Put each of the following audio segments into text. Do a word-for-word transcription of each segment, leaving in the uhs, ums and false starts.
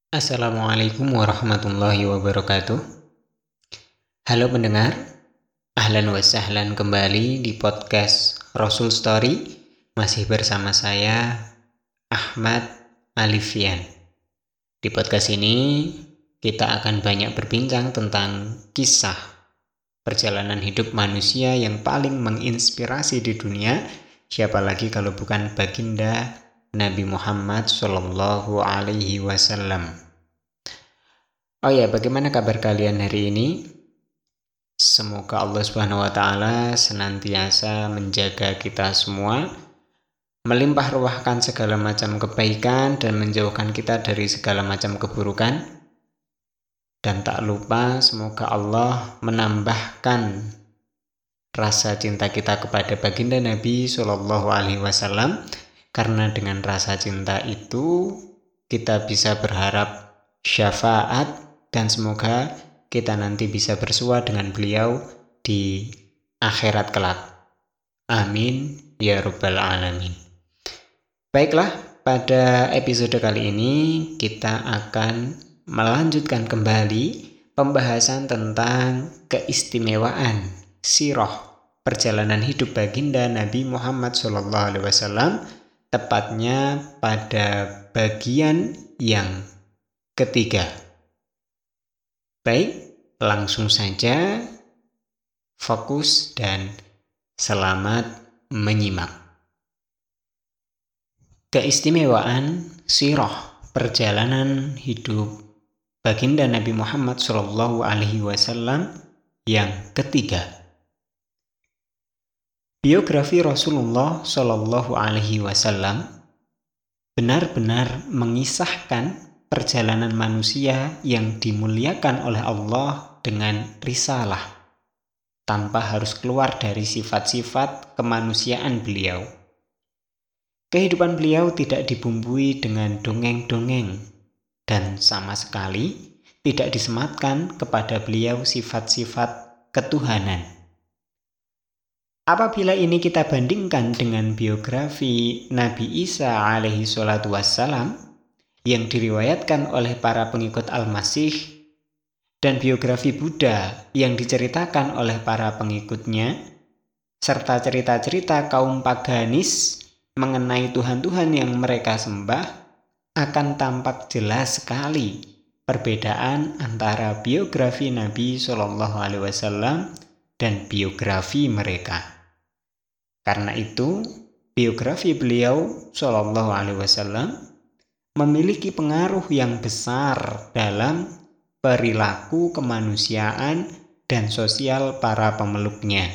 Assalamualaikum warahmatullahi wabarakatuh. Halo pendengar, ahlan wa sahlan kembali di podcast Rasul Story. Masih bersama saya Ahmad Alifian. Di podcast ini kita akan banyak berbincang tentang kisah perjalanan hidup manusia yang paling menginspirasi di dunia. Siapa lagi kalau bukan baginda Nabi Muhammad Shallallahu Alaihi Wasallam. Oh ya, bagaimana kabar kalian hari ini? Semoga Allah Subhanahu Wa Taala senantiasa menjaga kita semua, melimpah ruahkan segala macam kebaikan dan menjauhkan kita dari segala macam keburukan. Dan tak lupa semoga Allah menambahkan rasa cinta kita kepada baginda Nabi Shallallahu Alaihi Wasallam. Karena dengan rasa cinta itu kita bisa berharap syafaat dan semoga kita nanti bisa bersua dengan beliau di akhirat kelak. Amin ya rabbal alamin. Baiklah, pada episode kali ini kita akan melanjutkan kembali pembahasan tentang keistimewaan sirah perjalanan hidup baginda Nabi Muhammad shallallahu alaihi wasallam. Tepatnya pada bagian yang ketiga. Baik, langsung saja fokus dan selamat menyimak. Keistimewaan sirah perjalanan hidup baginda Nabi Muhammad shallallahu alaihi wasallam yang ketiga. Biografi Rasulullah Shallallahu Alaihi Wasallam benar-benar mengisahkan perjalanan manusia yang dimuliakan oleh Allah dengan risalah, tanpa harus keluar dari sifat-sifat kemanusiaan beliau. Kehidupan beliau tidak dibumbui dengan dongeng-dongeng, dan sama sekali tidak disematkan kepada beliau sifat-sifat ketuhanan. Apabila ini kita bandingkan dengan biografi Nabi Isa alaihi salatu wassalam yang diriwayatkan oleh para pengikut Al-Masih dan biografi Buddha yang diceritakan oleh para pengikutnya, serta cerita-cerita kaum paganis mengenai Tuhan-Tuhan yang mereka sembah, akan tampak jelas sekali perbedaan antara biografi Nabi shallallahu alaihi wasallam dan biografi mereka. Karena itu, biografi beliau Shallallahu Alaihi Wasallam memiliki pengaruh yang besar dalam perilaku kemanusiaan dan sosial para pemeluknya.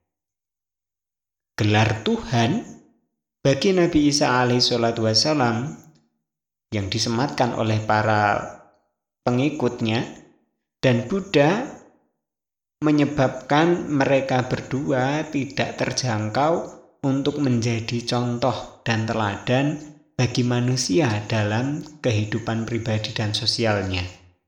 Gelar Tuhan bagi Nabi Isa alaihi salatu wassalam yang disematkan oleh para pengikutnya dan Buddha menyebabkan mereka berdua tidak terjangkau untuk menjadi contoh dan teladan bagi manusia dalam kehidupan pribadi dan sosialnya.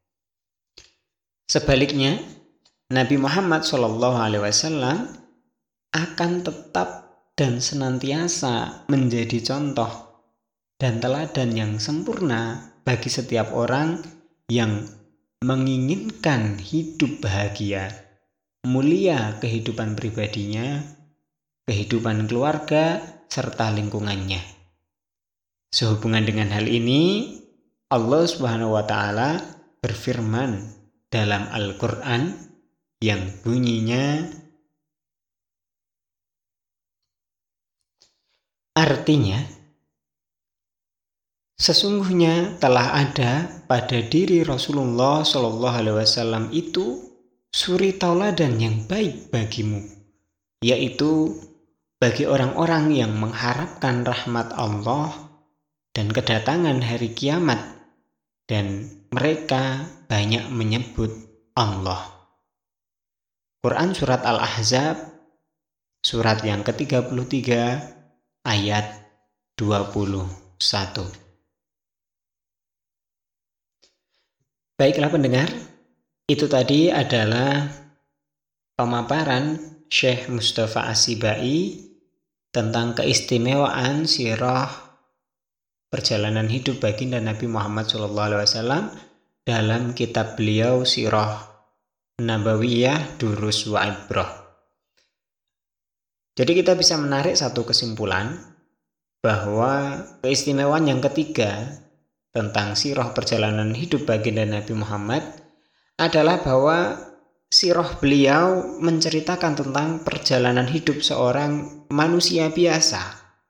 Sebaliknya, Nabi Muhammad shallallahu alaihi wasallam akan tetap dan senantiasa menjadi contoh dan teladan yang sempurna bagi setiap orang yang menginginkan hidup bahagia, mulia kehidupan pribadinya, kehidupan keluarga, serta lingkungannya. Sehubungan dengan hal ini, Allah Subhanahu wa Ta'ala berfirman dalam Al-Quran yang bunyinya, artinya, sesungguhnya telah ada pada diri Rasulullah Shallallahu Alaihi Wasallam itu suri tauladan yang baik bagimu, yaitu bagi orang-orang yang mengharapkan rahmat Allah dan kedatangan hari kiamat, dan mereka banyak menyebut Allah. Quran Surat Al-Ahzab, surat yang ke tiga puluh tiga, ayat dua puluh satu. Baiklah pendengar, itu tadi adalah pemaparan Syekh Mustafa As-Sibai tentang keistimewaan sirah perjalanan hidup baginda Nabi Muhammad shallallahu alaihi wasallam dalam kitab beliau Sirah Nabawiyah Durus wa Ibrah. Jadi kita bisa menarik satu kesimpulan bahwa keistimewaan yang ketiga tentang sirah perjalanan hidup baginda Nabi Muhammad adalah bahwa sirah beliau menceritakan tentang perjalanan hidup seorang manusia biasa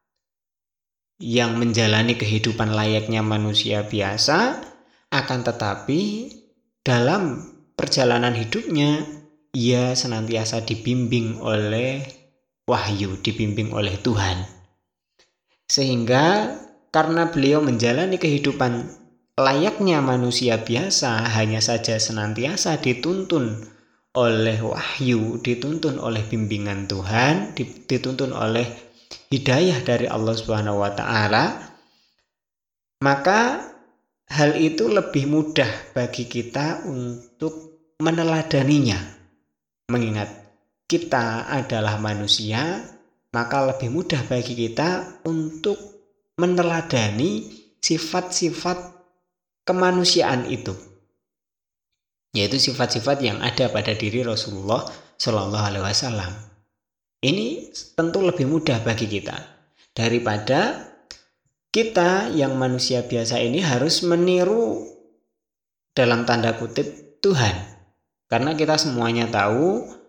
yang menjalani kehidupan layaknya manusia biasa, akan tetapi dalam perjalanan hidupnya ia senantiasa dibimbing oleh wahyu, dibimbing oleh Tuhan. Sehingga karena beliau menjalani kehidupan layaknya manusia biasa, hanya saja senantiasa dituntun oleh wahyu, dituntun oleh bimbingan Tuhan, dituntun oleh hidayah dari Allah Subhanahu wa taala, maka hal itu lebih mudah bagi kita untuk meneladaninya. Mengingat kita adalah manusia, maka lebih mudah bagi kita untuk meneladani sifat-sifat kemanusiaan itu, yaitu sifat-sifat yang ada pada diri Rasulullah Shallallahu Alaihi Wasallam. Ini tentu lebih mudah bagi kita daripada kita yang manusia biasa ini harus meniru dalam tanda kutip Tuhan, karena kita semuanya tahu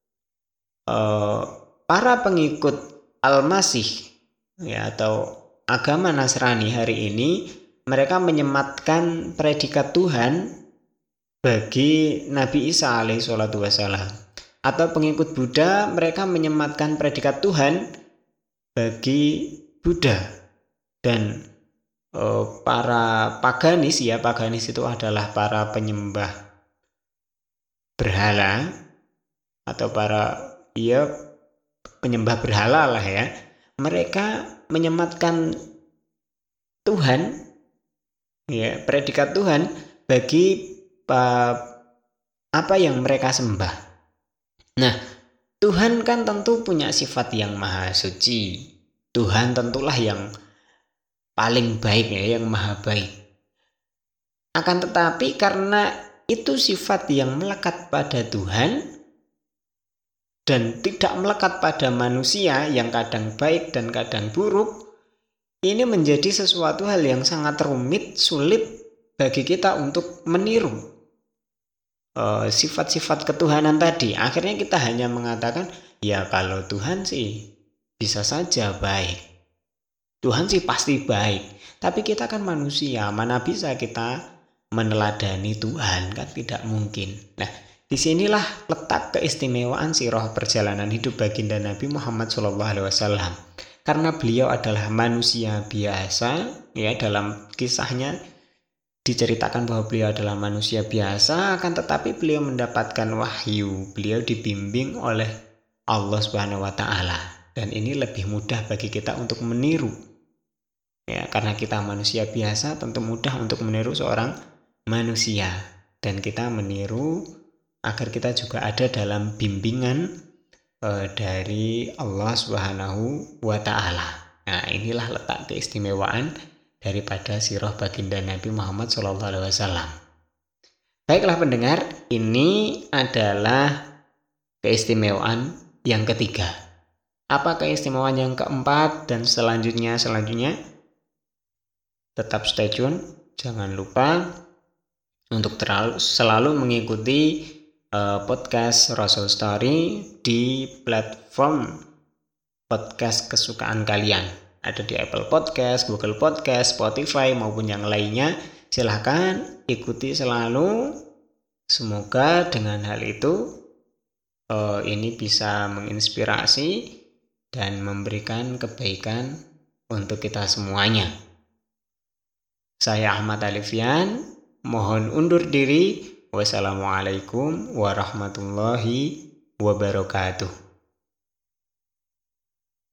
Uh, para pengikut Al-Masih ya, atau agama Nasrani hari ini, mereka menyematkan predikat Tuhan bagi Nabi Isa alaihi salatu wassalam. Atau pengikut Buddha, mereka menyematkan predikat Tuhan bagi Buddha. Dan uh, para paganis, ya paganis itu adalah para penyembah berhala atau para Ia penyembah berhala lah ya. Mereka menyematkan Tuhan, ya predikat Tuhan bagi uh, apa yang mereka sembah. Nah, Tuhan kan tentu punya sifat yang maha suci. Tuhan tentulah yang paling baik ya, yang maha baik. Akan tetapi karena itu sifat yang melekat pada Tuhan dan tidak melekat pada manusia yang kadang baik dan kadang buruk, ini menjadi sesuatu hal yang sangat rumit, sulit bagi kita untuk meniru uh, sifat-sifat ketuhanan tadi. Akhirnya kita hanya mengatakan, ya kalau Tuhan sih bisa saja baik, Tuhan sih pasti baik. Tapi kita kan manusia, mana bisa kita meneladani Tuhan, kan tidak mungkin. Nah, disinilah letak keistimewaan sirah perjalanan hidup baginda Nabi Muhammad shallallahu alaihi wasallam. Karena beliau adalah manusia biasa, ya dalam kisahnya diceritakan bahwa beliau adalah manusia biasa, akan tetapi beliau mendapatkan wahyu, beliau dibimbing oleh Allah Subhanahu wa taala. Dan ini lebih mudah bagi kita untuk meniru. Ya, karena kita manusia biasa, tentu mudah untuk meniru seorang manusia, dan kita meniru agar kita juga ada dalam bimbingan e, dari Allah Subhanahu wa taala. Nah, inilah letak keistimewaan daripada sirah baginda Nabi Muhammad shallallahu alaihi wasallam. Baiklah pendengar, ini adalah keistimewaan yang ketiga. Apa keistimewaan yang keempat dan selanjutnya selanjutnya? Tetap stay tune, jangan lupa untuk terlalu, selalu mengikuti podcast Rasul Story di platform podcast kesukaan kalian. Ada di Apple Podcast, Google Podcast, Spotify maupun yang lainnya. Silahkan ikuti selalu. Semoga dengan hal itu uh, ini bisa menginspirasi dan memberikan kebaikan untuk kita semuanya. Saya Ahmad Alifian, mohon undur diri. Wassalamualaikum warahmatullahi wabarakatuh.